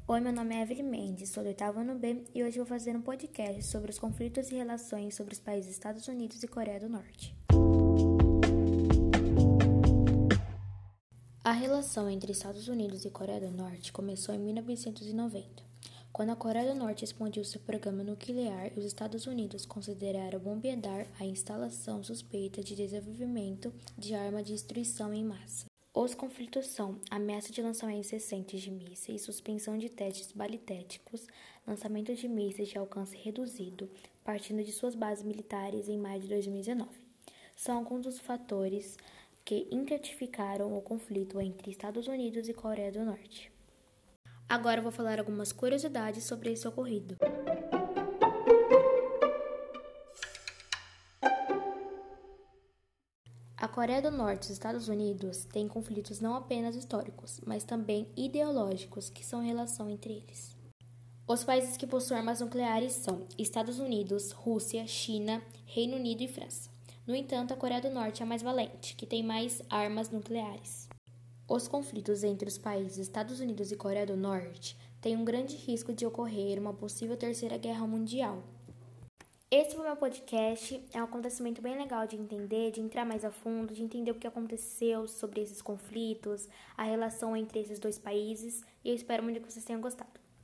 Oi, meu nome é Evelyn Mendes, sou do 8º ano B e hoje vou fazer um podcast sobre os conflitos e relações sobre os países Estados Unidos e Coreia do Norte. A relação entre Estados Unidos e Coreia do Norte começou em 1990, quando a Coreia do Norte expandiu seu programa nuclear e os Estados Unidos consideraram bombardear a instalação suspeita de desenvolvimento de arma de destruição em massa. Os conflitos são ameaça de lançamentos recentes de mísseis, suspensão de testes balitéticos, lançamento de mísseis de alcance reduzido, partindo de suas bases militares em maio de 2019. São alguns dos fatores que intensificaram o conflito entre Estados Unidos e Coreia do Norte. Agora eu vou falar algumas curiosidades sobre esse ocorrido. A Coreia do Norte e os Estados Unidos têm conflitos não apenas históricos, mas também ideológicos, que são em relação entre eles. Os países que possuem armas nucleares são Estados Unidos, Rússia, China, Reino Unido e França. No entanto, a Coreia do Norte é a mais valente, que tem mais armas nucleares. Os conflitos entre os países Estados Unidos e Coreia do Norte têm um grande risco de ocorrer uma possível terceira guerra mundial. Esse foi meu podcast, é um acontecimento bem legal de entender, de entrar mais a fundo, de entender o que aconteceu sobre esses conflitos, a relação entre esses dois países, e eu espero muito que vocês tenham gostado.